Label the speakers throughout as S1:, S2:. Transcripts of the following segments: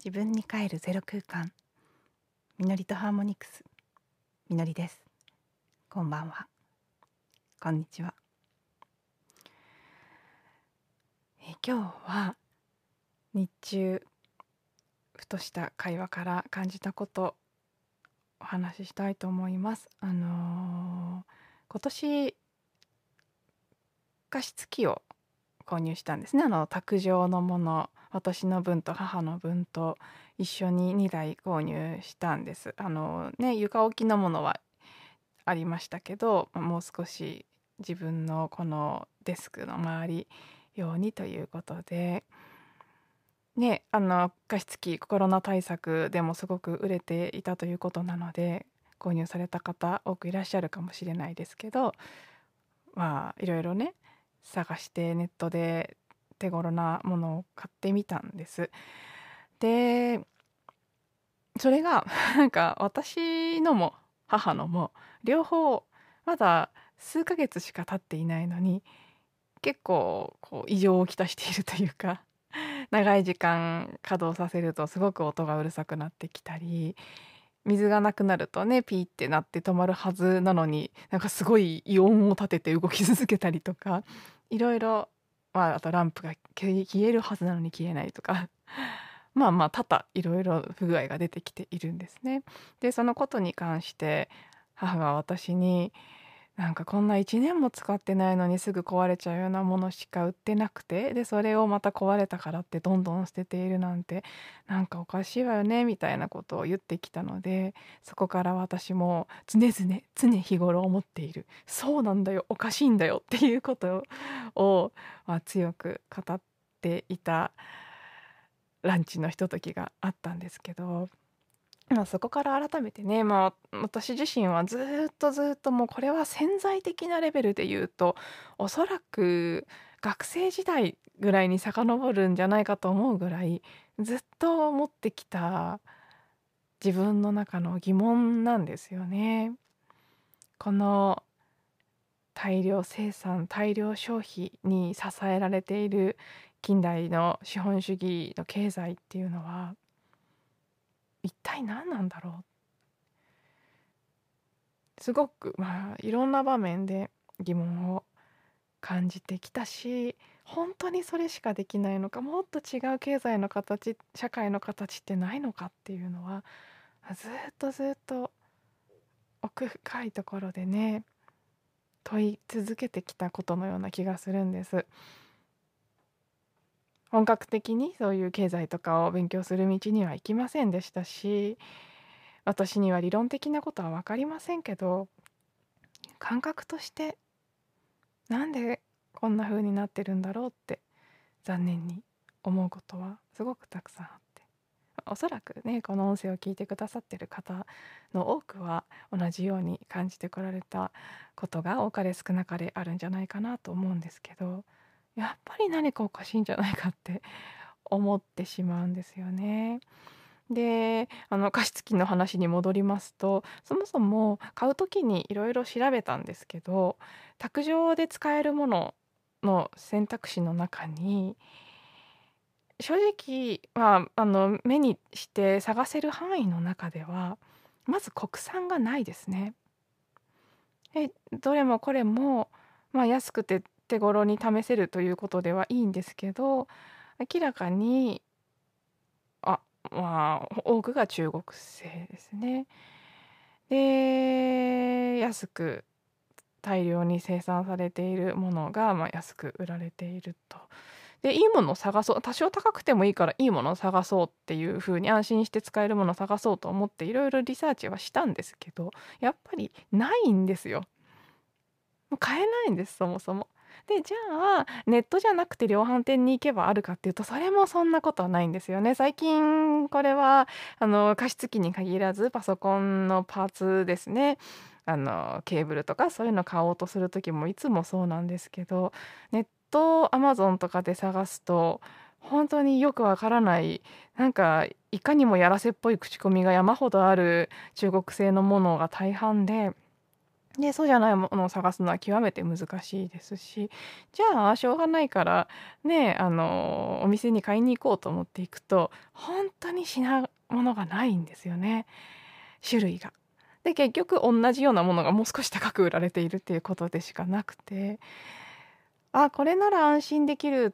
S1: 自分に帰るゼロ空間、みのりとハーモニクス、みのりです。こんばんは、こんにちは。今日は日中ふとした会話から感じたことお話ししたいと思います。今年加湿器を購入したんですね。卓上のもの、私の分と母の分と一緒に2台購入したんです。床置きのものはありましたけど、もう少し自分のこのデスクの周り用にということで、ね、加湿器コロナ対策でもすごく売れていたということなので、購入された方多くいらっしゃるかもしれないですけど、いろいろね、探してネットで手頃なものを買ってみたんです。で、それがなんか私のも母のも両方まだ数ヶ月しか経っていないのに、結構こう異常をきたしているというか、長い時間稼働させるとすごく音がうるさくなってきたり、水がなくなるとね、ピーってなって止まるはずなのに、なんかすごい異音を立てて動き続けたりとか、いろいろ、あとランプが消えるはずなのに消えないとか、多々いろいろ不具合が出てきているんですね。で、そのことに関して母が私に、なんかこんな1年も使ってないのにすぐ壊れちゃうようなものしか売ってなくて、でそれをまた壊れたからってどんどん捨てているなんて、なんかおかしいわよねみたいなことを言ってきたので、そこから私も常日頃思っている、そうなんだよ、おかしいんだよっていうことを、強く語っていたランチのひとときがあったんですけど、そこから改めてね、私自身はずっともうこれは潜在的なレベルで言うと、おそらく学生時代ぐらいに遡るんじゃないかと思うぐらい、ずっと持ってきた自分の中の疑問なんですよね。この大量生産、大量消費に支えられている近代の資本主義の経済っていうのは、一体何なんだろう。すごくいろんな場面で疑問を感じてきたし、本当にそれしかできないのか、もっと違う経済の形、社会の形ってないのかっていうのは、ずっと奥深いところでね、問い続けてきたことのような気がするんです。本格的にそういう経済とかを勉強する道には行きませんでしたし、私には理論的なことは分かりませんけど、感覚としてなんでこんな風になってるんだろうって残念に思うことはすごくたくさんあって、おそらくね、この音声を聞いてくださってる方の多くは同じように感じてこられたことが多かれ少なかれあるんじゃないかなと思うんですけど、やっぱり何かおかしいんじゃないかって思ってしまうんですよね。で、加湿器の話に戻りますと、そもそも買う時にいろいろ調べたんですけど、卓上で使えるものの選択肢の中に、正直、目にして探せる範囲の中では、まず国産がないですね。どれもこれも、安くて手頃に試せるということではいいんですけど、明らかにあ、多くが中国製ですね。で、安く大量に生産されているものが、安く売られていると。で、いいものを探そう、多少高くてもいいからいいものを探そうっていう風に安心して使えるものを探そうと思っていろいろリサーチはしたんですけど、やっぱりないんですよ。もう買えないんです、そもそも。で、じゃあ、ネットじゃなくて量販店に行けばあるかっていうと、それもそんなことはないんですよね。最近これは、加湿器に限らず、パソコンのパーツですね。ケーブルとかそういうの買おうとする時もいつもそうなんですけど、ネット、アマゾンとかで探すと、本当によくわからない、なんか、いかにもやらせっぽい口コミが山ほどある中国製のものが大半で、 で、そうじゃないものを探すのは極めて難しいですし、じゃあしょうがないからね、お店に買いに行こうと思って行くと、本当に品物がないんですよね、種類が。で、結局同じようなものがもう少し高く売られているっていうことでしかなくて、あ、これなら安心できるって、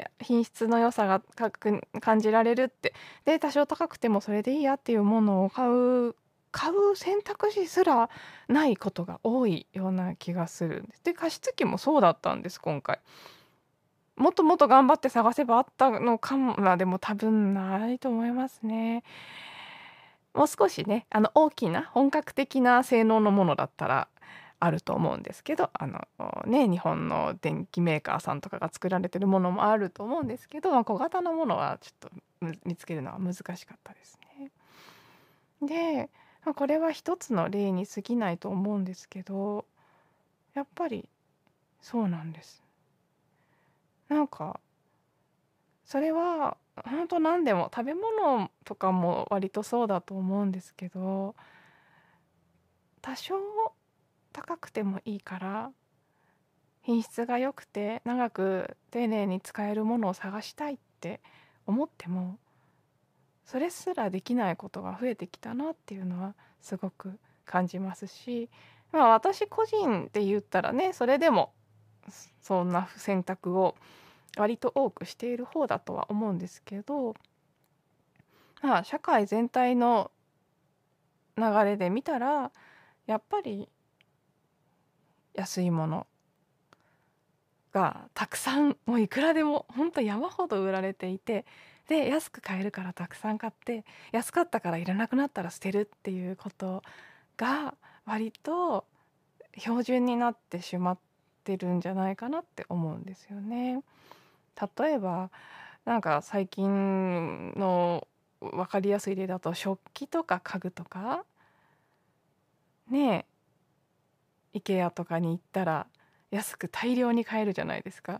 S1: 品質の良さが感じられるって、で、多少高くてもそれでいいやっていうものを買う選択肢すらないことが多いような気がするんです。で、加湿器もそうだったんです、今回。もっともっと頑張って探せばあったのかも、まあ、でも多分ないと思いますね。もう少しね、大きな本格的な性能のものだったらあると思うんですけど、ね、日本の電機メーカーさんとかが作られてるものもあると思うんですけど、まあ、小型のものはちょっと見つけるのは難しかったですね。で、まあ、これは一つの例に過ぎないと思うんですけど、やっぱりそうなんです。なんかそれは本当何でも食べ物とかも割とそうだと思うんですけど、多少高くてもいいから品質が良くて長く丁寧に使えるものを探したいって思っても、それすらできないことが増えてきたなっていうのはすごく感じますし、まあ私個人で言ったらね、それでもそんな選択を割と多くしている方だとは思うんですけど、まあ社会全体の流れで見たらやっぱり安いものがたくさん、もういくらでも本当山ほど売られていて、で安く買えるからたくさん買って、安かったからいらなくなったら捨てるっていうことが割と標準になってしまってるんじゃないかなって思うんですよね。例えばなんか最近の分かりやすい例だと、食器とか家具とかね、IKEA とかに行ったら安く大量に買えるじゃないですか。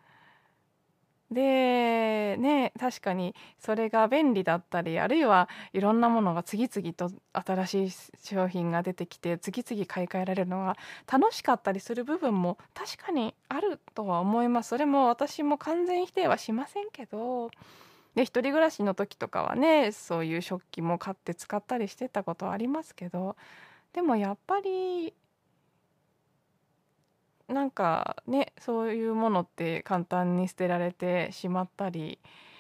S1: で、ね、確かにそれが便利だったり、あるいはいろんなものが次々と新しい商品が出てきて、次々買い替えられるのが楽しかったりする部分も確かにあるとは思います。それも私も完全否定はしませんけど、で、一人暮らしの時とかはね、そういう食器も買って使ったりしてたことはありますけど、でもやっぱりなんかね、そういうものって簡単に捨てられてしまったり、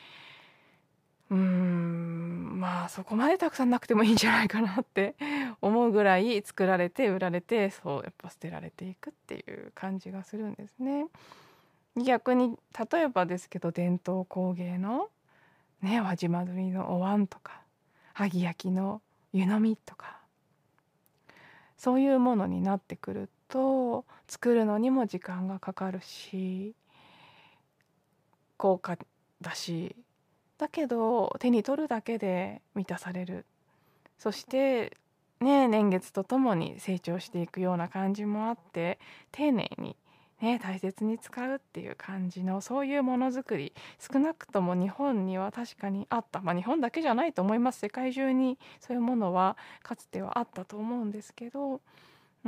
S1: まあそこまでたくさんなくてもいいんじゃないかなって思うぐらい作られて売られて、そうやっぱ捨てられていくっていう感じがするんですね。逆に例えばですけど、伝統工芸のね、輪島塗のお椀とか萩焼きの湯飲みとか、そういうものになってくると作るのにも時間がかかるし高価だし、だけど手に取るだけで満たされる。そしてね、年月とともに成長していくような感じもあって、丁寧にね、大切に使うっていう感じの、そういうものづくり、少なくとも日本には確かにあった。まあ日本だけじゃないと思います。世界中にそういうものはかつてはあったと思うんですけど、うん、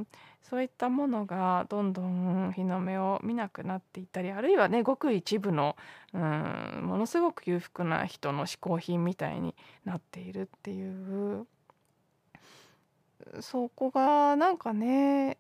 S1: そういったものがどんどん日の目を見なくなっていったり、あるいはね、ごく一部の、ものすごく裕福な人の嗜好品みたいになっているっていう、そこがなんかね、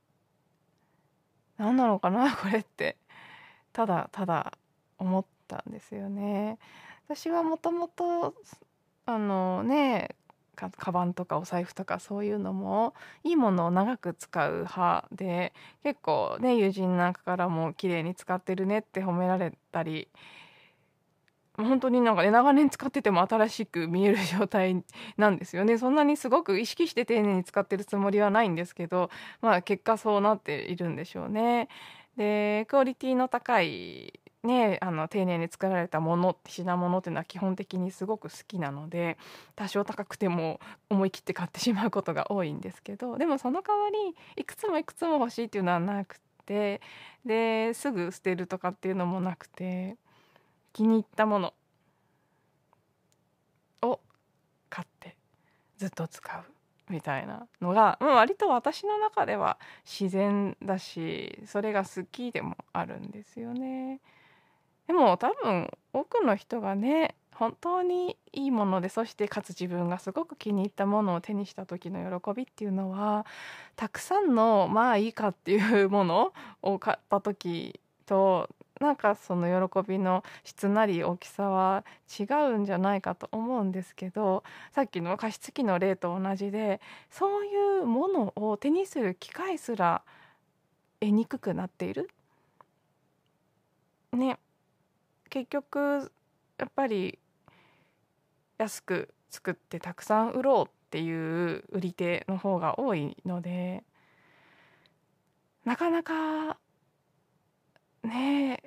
S1: 何なのかなこれって、ただただ思ったんですよね。私はもともとね、カバンとかお財布とかそういうのもいいものを長く使う派で、結構ね、友人なんかからも綺麗に使ってるねって褒められたり、本当になんかね、長年使ってても新しく見える状態なんですよね。そんなにすごく意識して丁寧に使ってるつもりはないんですけど、まあ結果そうなっているんでしょうね。で、クオリティの高いね、丁寧に作られたもの、品物っていうのは基本的にすごく好きなので、多少高くても思い切って買ってしまうことが多いんですけど、でもその代わりいくつもいくつも欲しいっていうのはなくて、で、すぐ捨てるとかっていうのもなくて、気に入ったものを買ってずっと使う。 みたいなのが、割と私の中では自然だし、それが好きでもあるんですよね。でも多分多くの人がね、本当にいいもので、そしてかつ自分がすごく気に入ったものを手にした時の喜びっていうのは、たくさんのまあいいかっていうものを買った時と、なんかその喜びの質なり大きさは違うんじゃないかと思うんですけど、さっきの加湿器の例と同じで、そういうものを手にする機会すら得にくくなっているね。結局やっぱり安く作ってたくさん売ろうっていう売り手の方が多いので、なかなかね、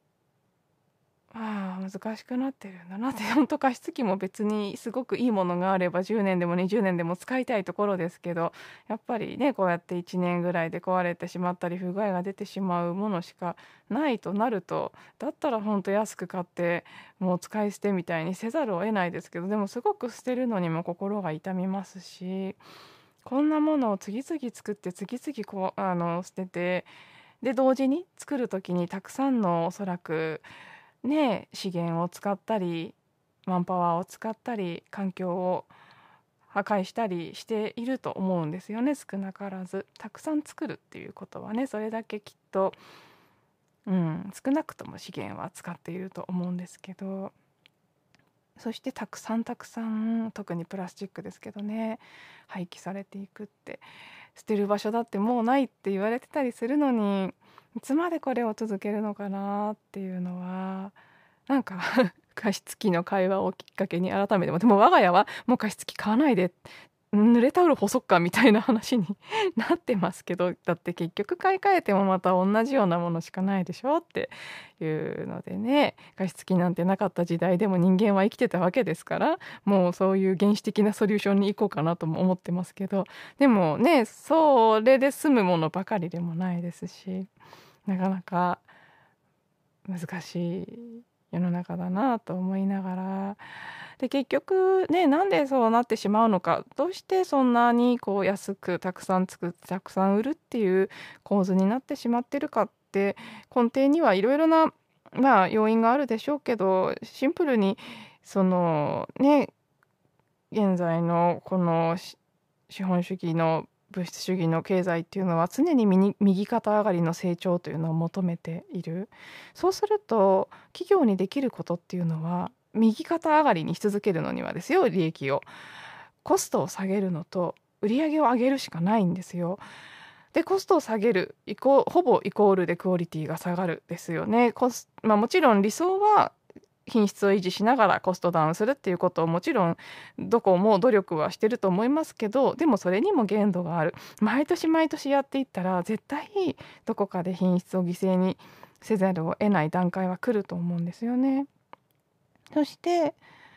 S1: 難しくなってるんだなって。本当加湿器も別にすごくいいものがあれば10年でも20年でも使いたいところですけど、やっぱりね、こうやって1年ぐらいで壊れてしまったり不具合が出てしまうものしかないとなると、だったら本当安く買ってもう使い捨てみたいにせざるを得ないですけど、でもすごく捨てるのにも心が痛みますし、こんなものを次々作って次々捨てて、で同時に作る時にたくさんのおそらくね、資源を使ったりマンパワーを使ったり環境を破壊したりしていると思うんですよね。少なからずたくさん作るっていうことはね、それだけきっと、少なくとも資源は使っていると思うんですけど、そしてたくさんたくさん、特にプラスチックですけどね、廃棄されていくって、捨てる場所だってもうないって言われてたりするのに、いつまでこれを続けるのかなっていうのは、なんか加湿器の会話をきっかけに改めても、でも我が家はもう加湿器買わないで、濡れタオル干そっかみたいな話になってますけど、だって結局買い替えてもまた同じようなものしかないでしょっていうのでね、加湿器なんてなかった時代でも人間は生きてたわけですから、もうそういう原始的なソリューションに行こうかなとも思ってますけど、でもね、それで済むものばかりでもないですし、なかなか難しい世の中だなと思いながら、で結局ね、なんでそうなってしまうのか、どうしてそんなにこう安くたくさん作ってたくさん売るっていう構図になってしまってるかって、根底にはいろいろな要因があるでしょうけど、シンプルにそのね、現在のこの資本主義の物質主義の経済っていうのは常に右肩上がりの成長というのを求めている。そうすると企業にできることっていうのは、右肩上がりにし続けるのにはですよ、利益をコストを下げるのと売り上げを上げるしかないんですよ。でコストを下げるほぼイコールでクオリティが下がるですよね。もちろん理想は品質を維持しながらコストダウンするっていうことをもちろんどこも努力はしてると思いますけど、でもそれにも限度がある。毎年毎年やっていったら絶対どこかで品質を犠牲にせざるを得ない段階は来ると思うんですよね。そして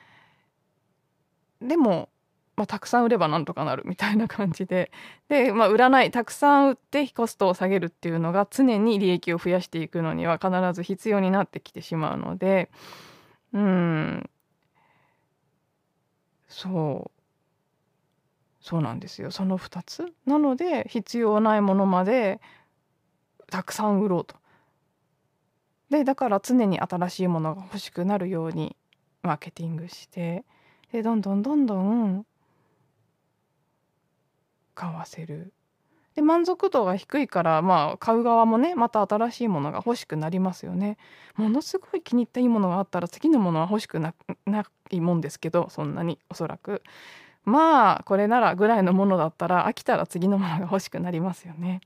S1: でも、たくさん売ればなんとかなるみたいな感じで、売らない、たくさん売ってコストを下げるっていうのが常に利益を増やしていくのには必ず必要になってきてしまうので、うん、そうなんですよ。その2つ。なので必要ないものまでたくさん売ろうと。で、だから常に新しいものが欲しくなるようにマーケティングして、で、どんどんどんどん買わせる。で、満足度が低いから、買う側もね、また新しいものが欲しくなりますよね。ものすごい気に入ったいいものがあったら次のものは欲しくないもんですけど、そんなにおそらく。これならぐらいのものだったら飽きたら次のものが欲しくなりますよね。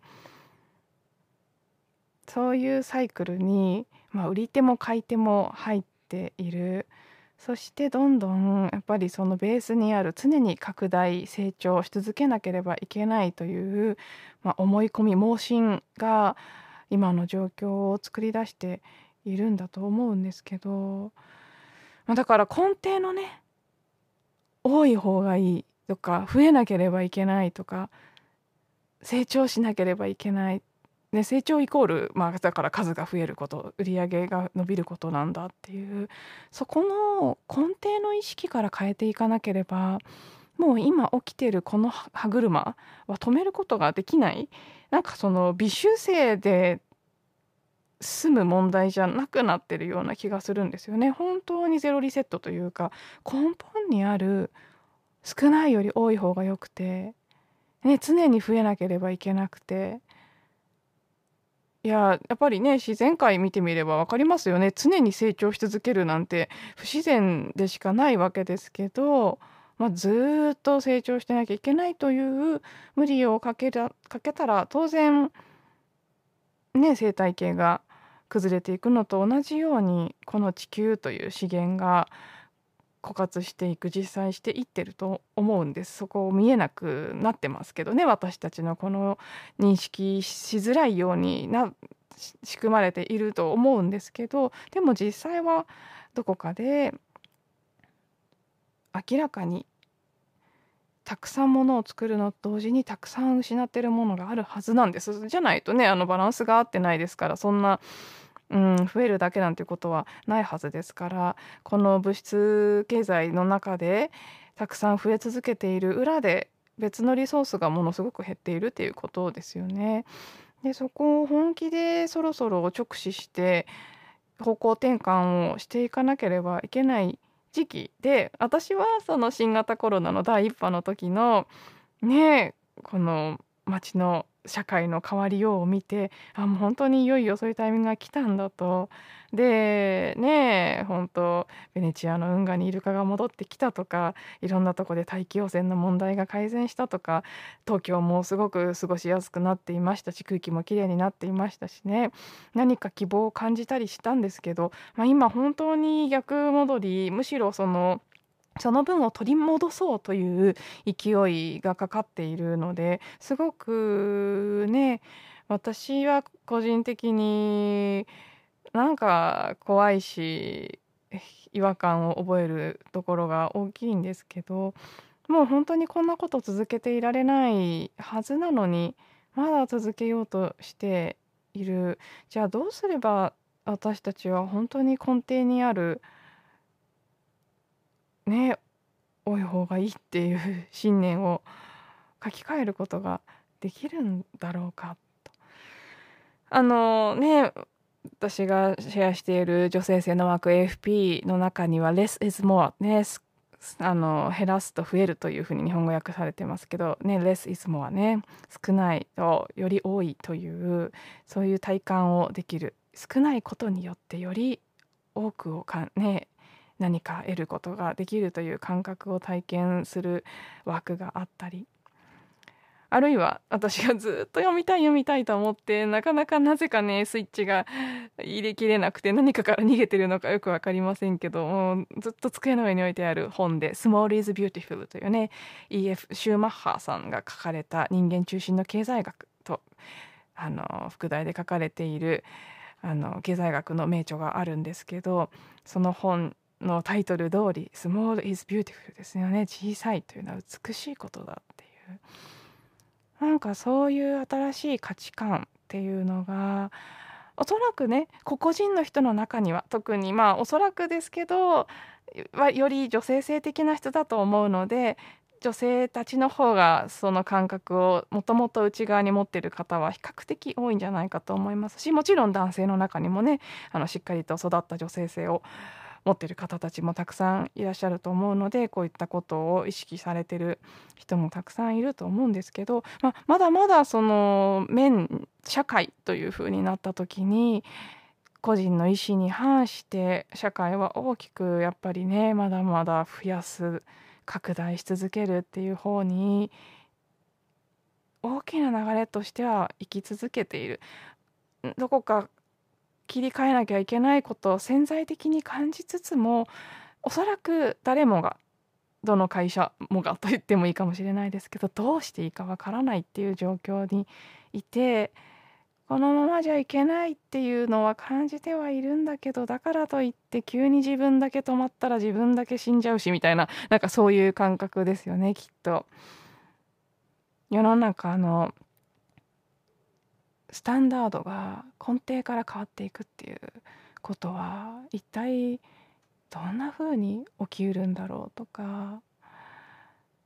S1: そういうサイクルに、売り手も買い手も入っている。そしてどんどんやっぱりそのベースにある常に拡大成長し続けなければいけないという、思い込み盲信が今の状況を作り出しているんだと思うんですけど、だから根底のね、多い方がいいとか増えなければいけないとか成長しなければいけない、ね、成長イコール、だから数が増えること、売り上げが伸びることなんだっていう、そこの根底の意識から変えていかなければもう今起きてるこの歯車は止めることができない、なんかその微修正で済む問題じゃなくなってるような気がするんですよね。本当にゼロリセットというか、根本にある少ないより多い方が良くて、ね、常に増えなければいけなくて、やっぱりね、自然界見てみれば分かりますよね。常に成長し続けるなんて不自然でしかないわけですけど、ずーっと成長してなきゃいけないという無理をかけたら当然ね、生態系が崩れていくのと同じように、この地球という資源が枯渇していく、実際していってると思うんです。そこを見えなくなってますけどね、私たちのこの認識しづらいように仕組まれていると思うんですけど、でも実際はどこかで明らかにたくさんものを作るのと同時にたくさん失ってるものがあるはずなんです。じゃないとね、バランスが合ってないですから、そんな、増えるだけなんていうことはないはずですから、この物質経済の中でたくさん増え続けている裏で、別のリソースがものすごく減っているっていうことですよね。で、そこを本気でそろそろ直視して方向転換をしていかなければいけない時期で、私はその新型コロナの第一波の時のね、この街の社会の変わりようを見て、もう本当にいよいよそういうタイミングが来たんだと。で、ね、本当ベネチアの運河にイルカが戻ってきたとか、いろんなとこで大気汚染の問題が改善したとか、東京もすごく過ごしやすくなっていましたし、空気もきれいになっていましたしね、何か希望を感じたりしたんですけど、今本当に逆戻り、むしろその分を取り戻そうという勢いがかかっているので、すごくね、私は個人的になんか怖いし、違和感を覚えるところが大きいんですけど、もう本当にこんなこと続けていられないはずなのに、まだ続けようとしている。じゃあどうすれば私たちは本当に根底にあるね、多い方がいいっていう信念を書き換えることができるんだろうかと。ね、私がシェアしている女性性の枠 AFP の中には less is more ね、減らすと増えるというふうに日本語訳されてますけどね、less is more ね、少ないとより多いというそういう体感をできる。少ないことによってより多くを何か得ることができるという感覚を体験する枠があったり、あるいは私がずっと読みたいと思ってなかなかなぜかねスイッチが入れきれなくて、何かから逃げてるのかよく分かりませんけど、もうずっと机の上に置いてある本で「Small is Beautiful」というね、 E.F. シューマッハーさんが書かれた人間中心の経済学と副題で書かれている経済学の名著があるんですけど、その本のタイトル通り「Small is beautiful」ですよね。小さいというのは美しいことだっていう、なんかそういう新しい価値観っていうのがおそらくね、個々人の人の中には特におそらくですけどより女性性的な人だと思うので、女性たちの方がその感覚をもともと内側に持っている方は比較的多いんじゃないかと思いますし、もちろん男性の中にもね、しっかりと育った女性性を持っている方たちもたくさんいらっしゃると思うので、こういったことを意識されてる人もたくさんいると思うんですけど、まだまだその社会というふうになった時に個人の意思に反して社会は大きくやっぱりね、まだまだ増やす拡大し続けるっていう方に大きな流れとしては生き続けている。どこか切り替えなきゃいけないことを潜在的に感じつつも、おそらく誰もが、どの会社もがと言ってもいいかもしれないですけど、どうしていいかわからないっていう状況にいて、このままじゃいけないっていうのは感じてはいるんだけど、だからといって急に自分だけ止まったら自分だけ死んじゃうしみたいな、なんかそういう感覚ですよね、きっと。世の中のスタンダードが根底から変わっていくっていうことは一体どんな風に起きうるんだろうとか、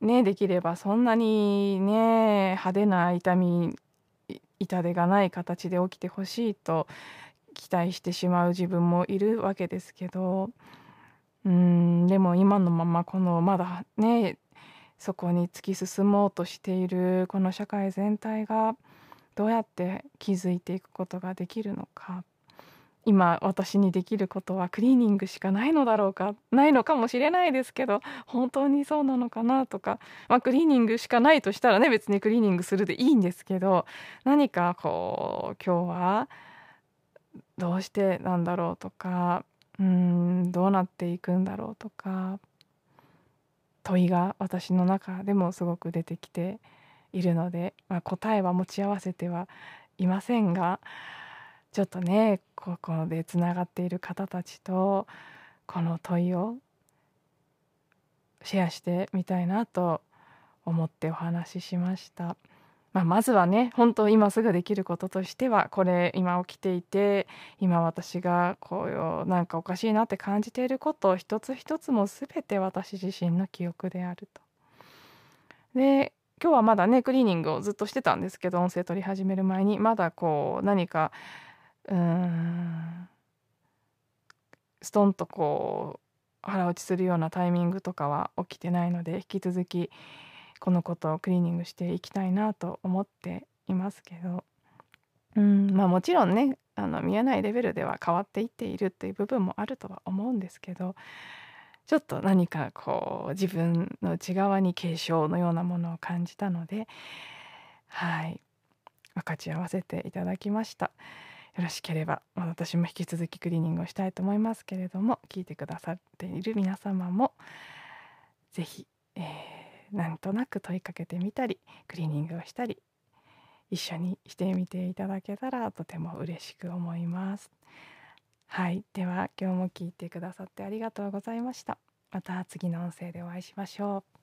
S1: ね、できればそんなにね、派手な痛手がない形で起きてほしいと期待してしまう自分もいるわけですけど、でも今のままこのまだね、そこに突き進もうとしているこの社会全体がどうやって気づいていくことができるのか。今私にできることはクリーニングしかないのだろうか、ないのかもしれないですけど、本当にそうなのかなとか、クリーニングしかないとしたらね、別にクリーニングするでいいんですけど、何かこう今日はどうしてなんだろうとか、どうなっていくんだろうとか、問いが私の中でもすごく出てきているので、答えは持ち合わせてはいませんが、ちょっとね、ここでつながっている方たちとこの問いをシェアしてみたいなと思ってお話ししました。まずはね、本当今すぐできることとしては、これ今起きていて、今私がこういうなんかおかしいなって感じていることを一つ一つも全て私自身の記憶であると。で、今日はまだね、クリーニングをずっとしてたんですけど、音声取り始める前に、まだこう何か、うーん、ストンとこう腹落ちするようなタイミングとかは起きてないので、引き続きこのことをクリーニングしていきたいなと思っていますけど、もちろんね、見えないレベルでは変わっていっているっていう部分もあるとは思うんですけど、ちょっと何かこう自分の内側に警鐘のようなものを感じたので、はい、分かち合わせていただきました。よろしければ、私も引き続きクリーニングをしたいと思いますけれども、聞いてくださっている皆様もぜひ、なんとなく問いかけてみたり、クリーニングをしたり、一緒にしてみていただけたらとても嬉しく思います。はい、では今日も聞いてくださってありがとうございました。また次の音声でお会いしましょう。